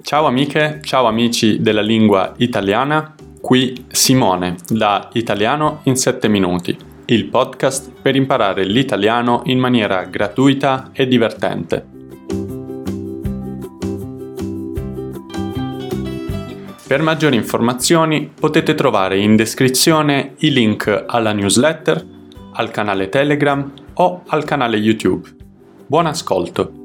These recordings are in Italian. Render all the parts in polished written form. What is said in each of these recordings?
Ciao amiche, ciao amici della lingua italiana, qui Simone da Italiano in 7 minuti, il podcast per imparare l'italiano in maniera gratuita e divertente. Per maggiori informazioni potete trovare in descrizione i link alla newsletter, al canale Telegram o al canale YouTube. Buon ascolto!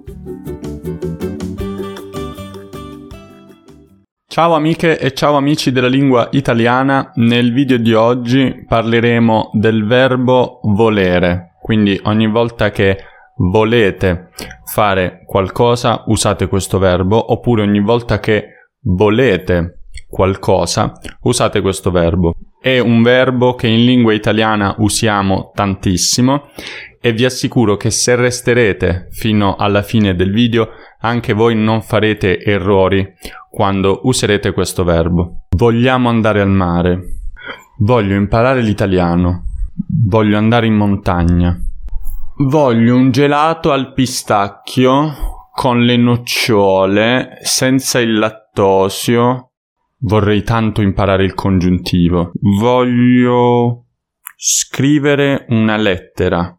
Ciao amiche e ciao amici della lingua italiana, nel video di oggi parleremo del verbo volere, quindi ogni volta che volete fare qualcosa usate questo verbo, oppure ogni volta che volete qualcosa usate questo verbo. È un verbo che in lingua italiana usiamo tantissimo e vi assicuro che se resterete fino alla fine del video anche voi non farete errori quando userete questo verbo. Vogliamo andare al mare. Voglio imparare l'italiano. Voglio andare in montagna. Voglio un gelato al pistacchio con le nocciole, senza il lattosio. Vorrei tanto imparare il congiuntivo. Voglio scrivere una lettera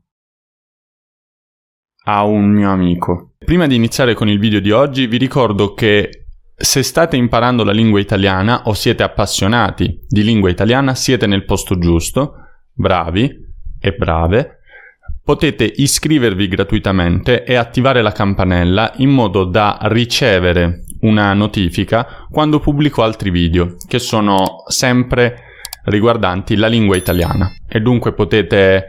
a un mio amico. Prima di iniziare con il video di oggi vi ricordo che se state imparando la lingua italiana o siete appassionati di lingua italiana siete nel posto giusto, bravi e brave. Potete iscrivervi gratuitamente e attivare la campanella in modo da ricevere una notifica quando pubblico altri video che sono sempre riguardanti la lingua italiana e dunque potete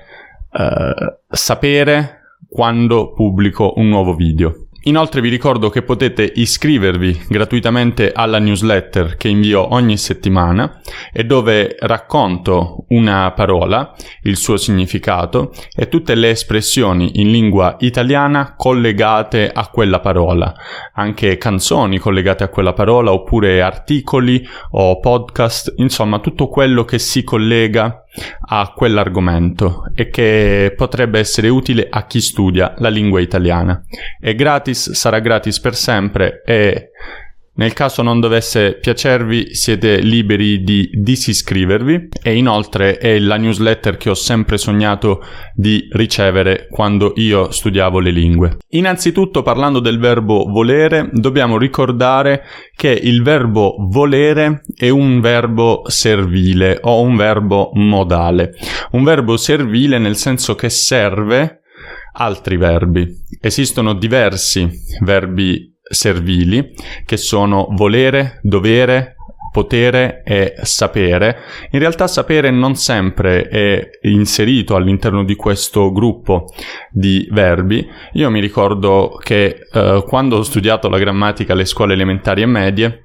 sapere quando pubblico un nuovo video. Inoltre vi ricordo che potete iscrivervi gratuitamente alla newsletter che invio ogni settimana e dove racconto una parola, il suo significato e tutte le espressioni in lingua italiana collegate a quella parola, anche canzoni collegate a quella parola oppure articoli o podcast, insomma tutto quello che si collega a quell'argomento e che potrebbe essere utile a chi studia la lingua italiana. È gratis, sarà gratis per sempre e nel caso non dovesse piacervi siete liberi di disiscrivervi e inoltre è la newsletter che ho sempre sognato di ricevere quando io studiavo le lingue. Innanzitutto, parlando del verbo volere, dobbiamo ricordare che il verbo volere è un verbo servile o un verbo modale. Un verbo servile nel senso che serve altri verbi. Esistono diversi verbi servili che sono volere, dovere, potere e sapere. In realtà sapere non sempre è inserito all'interno di questo gruppo di verbi. Io mi ricordo che quando ho studiato la grammatica alle scuole elementari e medie,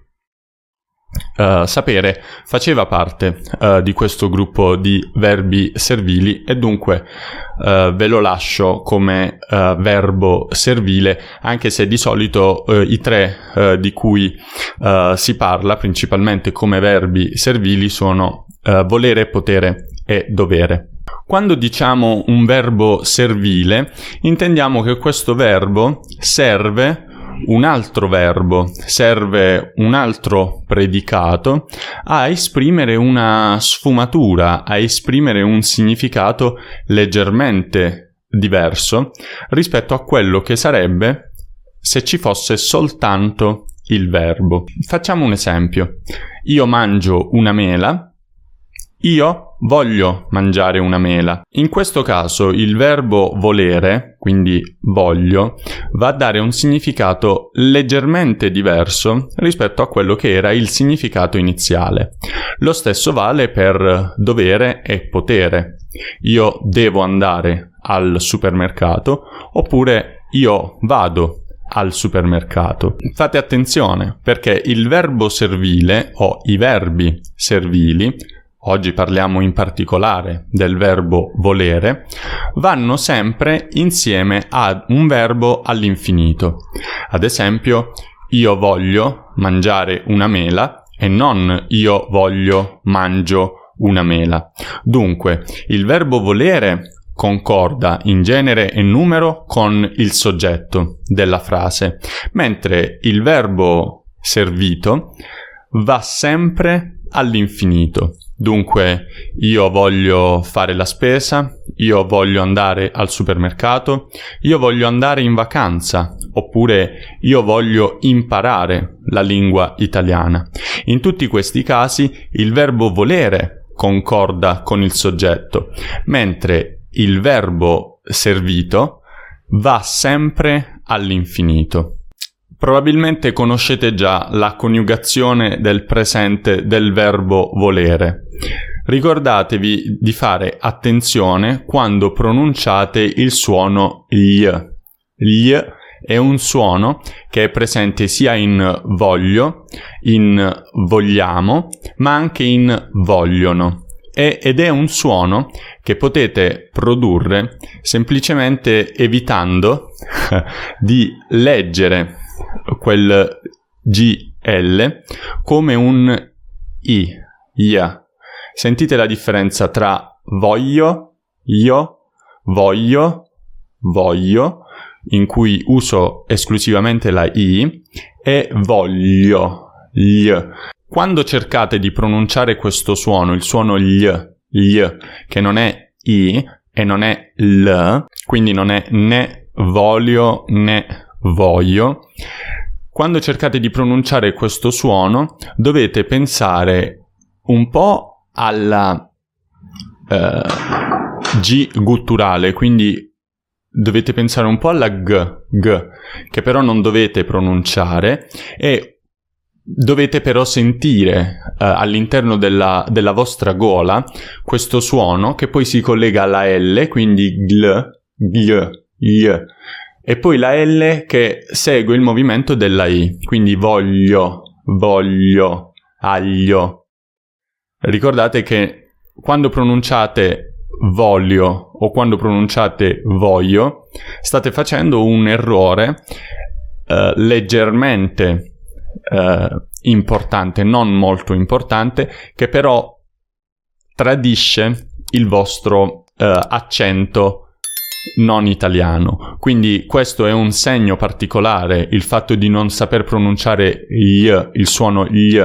sapere faceva parte di questo gruppo di verbi servili e dunque ve lo lascio come verbo servile, anche se di solito i tre di cui si parla principalmente come verbi servili sono volere, potere e dovere. Quando diciamo un verbo servile intendiamo che questo verbo serve un altro verbo, serve un altro predicato a esprimere una sfumatura, a esprimere un significato leggermente diverso rispetto a quello che sarebbe se ci fosse soltanto il verbo. Facciamo un esempio. Io mangio una mela. Io voglio mangiare una mela. In questo caso il verbo volere, quindi voglio, va a dare un significato leggermente diverso rispetto a quello che era il significato iniziale. Lo stesso vale per dovere e potere. Io devo andare al supermercato oppure io vado al supermercato. Fate attenzione perché il verbo servile o i verbi servili, oggi parliamo in particolare del verbo volere, vanno sempre insieme a un verbo all'infinito. Ad esempio, io voglio mangiare una mela e non io voglio mangio una mela. Dunque, il verbo volere concorda in genere e numero con il soggetto della frase, mentre il verbo servito va sempre all'infinito. Dunque, io voglio fare la spesa, io voglio andare al supermercato, io voglio andare in vacanza, oppure io voglio imparare la lingua italiana. In tutti questi casi il verbo volere concorda con il soggetto, mentre il verbo servito va sempre all'infinito. Probabilmente conoscete già la coniugazione del presente del verbo volere. Ricordatevi di fare attenzione quando pronunciate il suono gli. Gli è un suono che è presente sia in voglio, in vogliamo, ma anche in vogliono. Ed è un suono che potete produrre semplicemente evitando di leggere quel GL come un I, ia. Sentite la differenza tra voglio, io, voglio, in cui uso esclusivamente la I, e voglio, gli. Quando cercate di pronunciare questo suono, il suono gli, che non è I e non è L, quindi non è né voglio né voglio, quando cercate di pronunciare questo suono dovete pensare un po' alla G gutturale, quindi dovete pensare un po' alla G, che però non dovete pronunciare, e dovete però sentire all'interno della vostra gola questo suono che poi si collega alla L, quindi gl, e poi la L che segue il movimento della I, quindi voglio, aglio. Ricordate che quando pronunciate voglio o quando pronunciate voglio state facendo un errore leggermente importante, non molto importante, che però tradisce il vostro accento non italiano. Quindi questo è un segno particolare, il fatto di non saper pronunciare il suono gli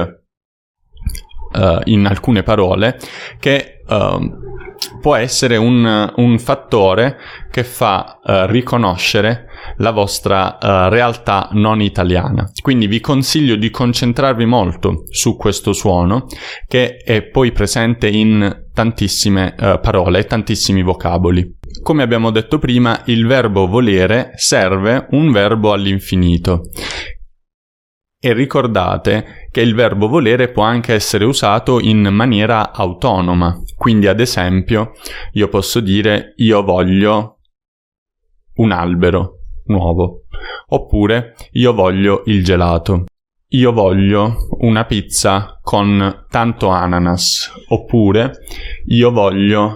in alcune parole, che può essere un fattore che fa riconoscere la vostra realtà non italiana. Quindi vi consiglio di concentrarvi molto su questo suono, che è poi presente in tantissime parole, tantissimi vocaboli. Come abbiamo detto prima, il verbo volere serve un verbo all'infinito. E ricordate che il verbo volere può anche essere usato in maniera autonoma. Quindi, ad esempio, io posso dire io voglio un albero nuovo, oppure io voglio il gelato, io voglio una pizza con tanto ananas, oppure io voglio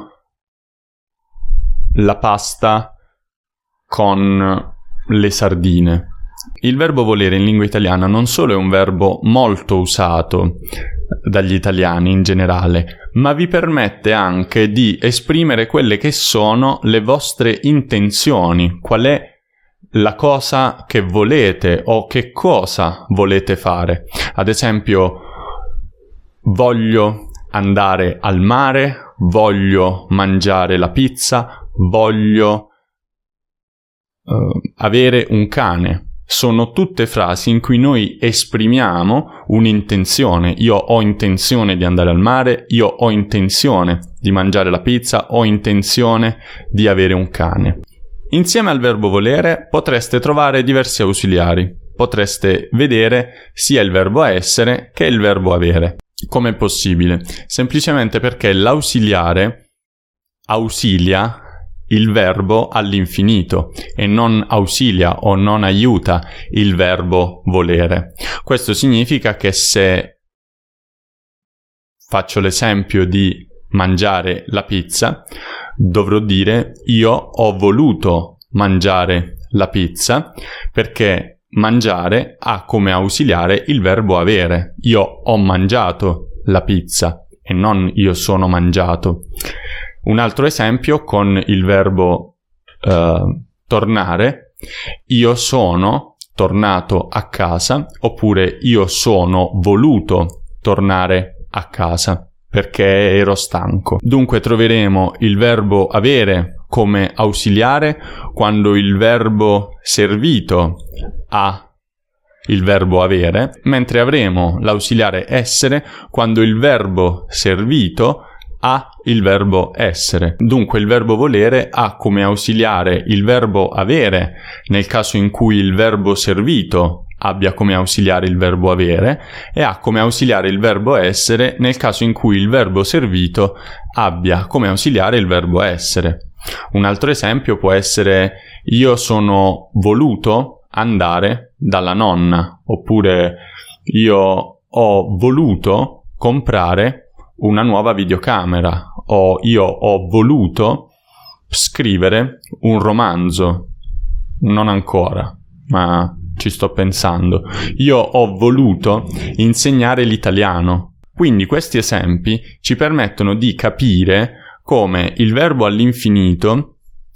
la pasta con le sardine. Il verbo volere in lingua italiana non solo è un verbo molto usato dagli italiani in generale, ma vi permette anche di esprimere quelle che sono le vostre intenzioni, qual è la cosa che volete o che cosa volete fare. Ad esempio, voglio andare al mare, voglio mangiare la pizza, voglio avere un cane. Sono tutte frasi in cui noi esprimiamo un'intenzione. Io ho intenzione di andare al mare, io ho intenzione di mangiare la pizza, ho intenzione di avere un cane. Insieme al verbo volere potreste trovare diversi ausiliari. Potreste vedere sia il verbo essere che il verbo avere. Com'è possibile? Semplicemente perché l'ausiliare ausilia il verbo all'infinito e non ausilia o non aiuta il verbo volere. Questo significa che se faccio l'esempio di mangiare la pizza, dovrò dire io ho voluto mangiare la pizza, perché mangiare ha come ausiliare il verbo avere. Io ho mangiato la pizza e non io sono mangiato. Un altro esempio con il verbo tornare, io sono tornato a casa, oppure io sono voluto tornare a casa perché ero stanco. Dunque troveremo il verbo avere come ausiliare quando il verbo servito ha il verbo avere, mentre avremo l'ausiliare essere quando il verbo servito ha il verbo essere. Dunque il verbo volere ha come ausiliare il verbo avere nel caso in cui il verbo servito abbia come ausiliare il verbo avere, e ha come ausiliare il verbo essere nel caso in cui il verbo servito abbia come ausiliare il verbo essere. Un altro esempio può essere: io sono voluto andare dalla nonna, oppure io ho voluto comprare una nuova videocamera, o io ho voluto scrivere un romanzo. Non ancora, ma ci sto pensando. Io ho voluto insegnare l'italiano. Quindi questi esempi ci permettono di capire come il verbo all'infinito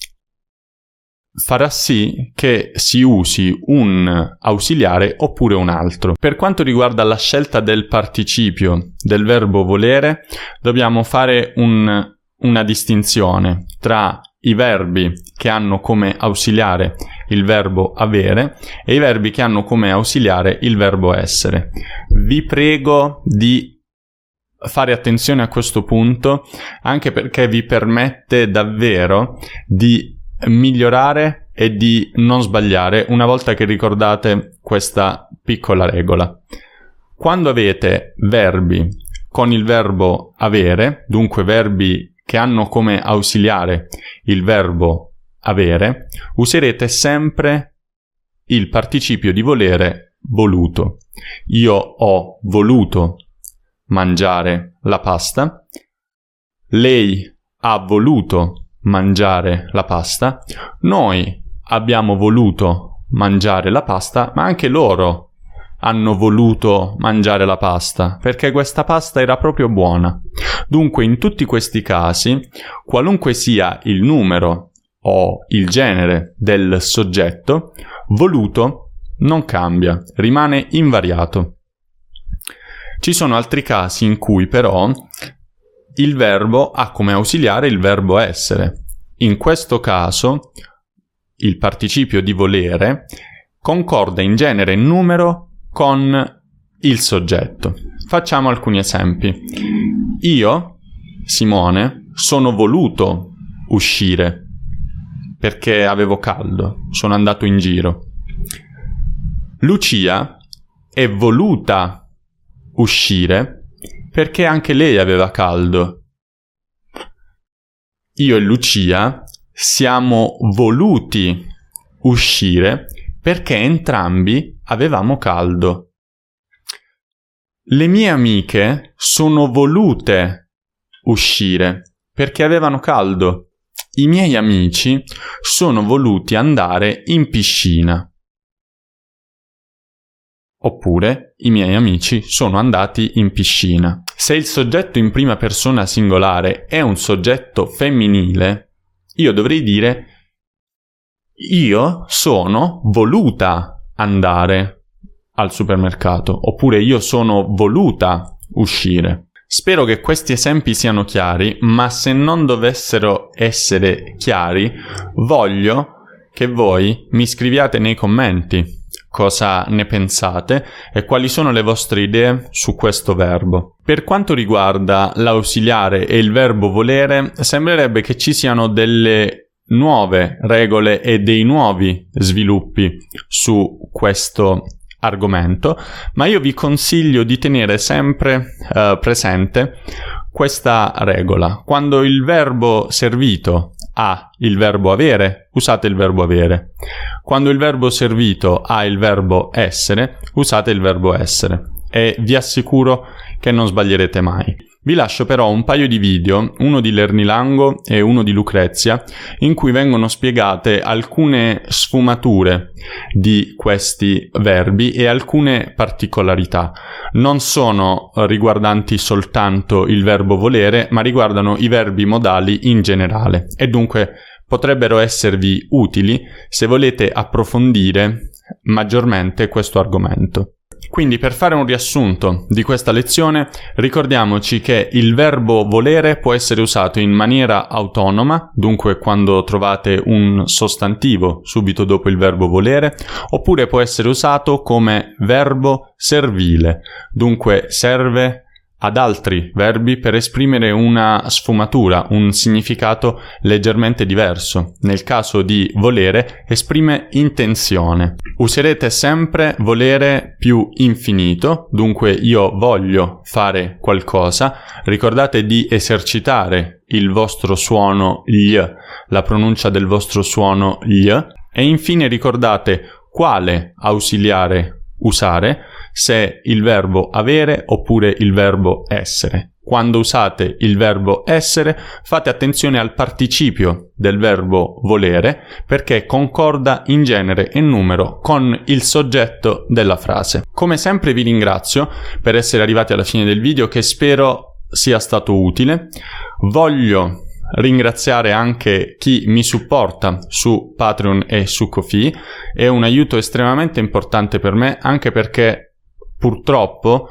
farà sì che si usi un ausiliare oppure un altro. Per quanto riguarda la scelta del participio del verbo volere, dobbiamo fare una distinzione tra i verbi che hanno come ausiliare il verbo avere e i verbi che hanno come ausiliare il verbo essere. Vi prego di fare attenzione a questo punto, anche perché vi permette davvero di migliorare e di non sbagliare una volta che ricordate questa piccola regola. Quando avete verbi con il verbo avere, dunque verbi che hanno come ausiliare il verbo avere, userete sempre il participio di volere voluto. Io ho voluto mangiare la pasta, lei ha voluto mangiare la pasta, noi abbiamo voluto mangiare la pasta, ma anche loro hanno voluto mangiare la pasta, perché questa pasta era proprio buona. Dunque, in tutti questi casi, qualunque sia il numero o il genere del soggetto, voluto non cambia, rimane invariato. Ci sono altri casi in cui però il verbo ha come ausiliare il verbo essere. In questo caso, il participio di volere concorda in genere e numero con il soggetto. Facciamo alcuni esempi. Io, Simone, sono voluto uscire perché avevo caldo, sono andato in giro. Lucia è voluta uscire perché anche lei aveva caldo. Io e Lucia siamo voluti uscire perché entrambi avevamo caldo. Le mie amiche sono volute uscire perché avevano caldo. I miei amici sono voluti andare in piscina. Oppure i miei amici sono andati in piscina. Se il soggetto in prima persona singolare è un soggetto femminile, io dovrei dire: io sono voluta andare al supermercato, oppure io sono voluta uscire. Spero che questi esempi siano chiari, ma se non dovessero essere chiari, voglio che voi mi scriviate nei commenti cosa ne pensate e quali sono le vostre idee su questo verbo. Per quanto riguarda l'ausiliare e il verbo volere, sembrerebbe che ci siano delle nuove regole e dei nuovi sviluppi su questo argomento, ma io vi consiglio di tenere sempre presente questa regola. Quando il verbo servito ha il verbo avere, usate il verbo avere. Quando il verbo servito ha il verbo essere, usate il verbo essere. E vi assicuro che non sbaglierete mai. Vi lascio però un paio di video, uno di Lernilango e uno di Lucrezia, in cui vengono spiegate alcune sfumature di questi verbi e alcune particolarità. Non sono riguardanti soltanto il verbo volere, ma riguardano i verbi modali in generale e dunque potrebbero esservi utili se volete approfondire maggiormente questo argomento. Quindi, per fare un riassunto di questa lezione, ricordiamoci che il verbo volere può essere usato in maniera autonoma, dunque quando trovate un sostantivo subito dopo il verbo volere, oppure può essere usato come verbo servile, dunque serve ad altri verbi per esprimere una sfumatura, un significato leggermente diverso. Nel caso di volere esprime intenzione. Userete sempre volere più infinito, dunque io voglio fare qualcosa. Ricordate di esercitare il vostro suono gli, la pronuncia del vostro suono gli, e infine ricordate quale ausiliare usare, se il verbo avere oppure il verbo essere. Quando usate il verbo essere, fate attenzione al participio del verbo volere, perché concorda in genere e numero con il soggetto della frase. Come sempre vi ringrazio per essere arrivati alla fine del video, che spero sia stato utile. Voglio ringraziare anche chi mi supporta su Patreon e su Ko-fi. È un aiuto estremamente importante per me, anche perché purtroppo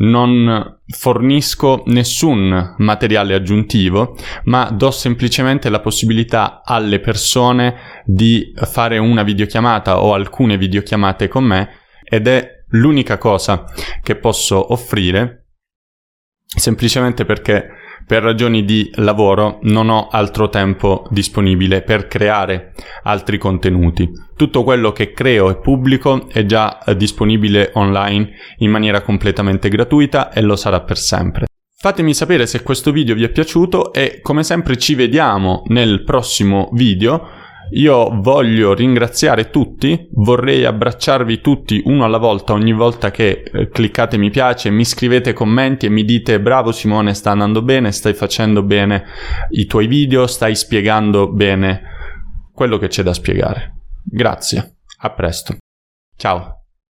non fornisco nessun materiale aggiuntivo, ma do semplicemente la possibilità alle persone di fare una videochiamata o alcune videochiamate con me, ed è l'unica cosa che posso offrire, semplicemente perché per ragioni di lavoro non ho altro tempo disponibile per creare altri contenuti. Tutto quello che creo e pubblico è già disponibile online in maniera completamente gratuita e lo sarà per sempre. Fatemi sapere se questo video vi è piaciuto e come sempre ci vediamo nel prossimo video. Io voglio ringraziare tutti, vorrei abbracciarvi tutti uno alla volta ogni volta che cliccate mi piace, mi scrivete commenti e mi dite: bravo Simone, sta andando bene, stai facendo bene i tuoi video, stai spiegando bene quello che c'è da spiegare. Grazie, a presto. Ciao.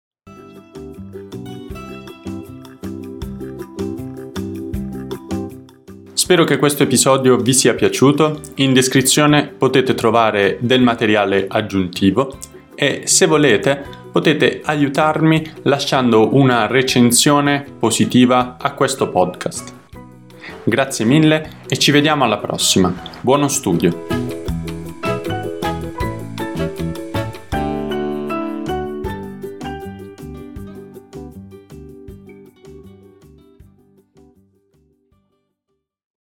Spero che questo episodio vi sia piaciuto. In descrizione potete trovare del materiale aggiuntivo e, se volete, potete aiutarmi lasciando una recensione positiva a questo podcast. Grazie mille e ci vediamo alla prossima. Buono studio!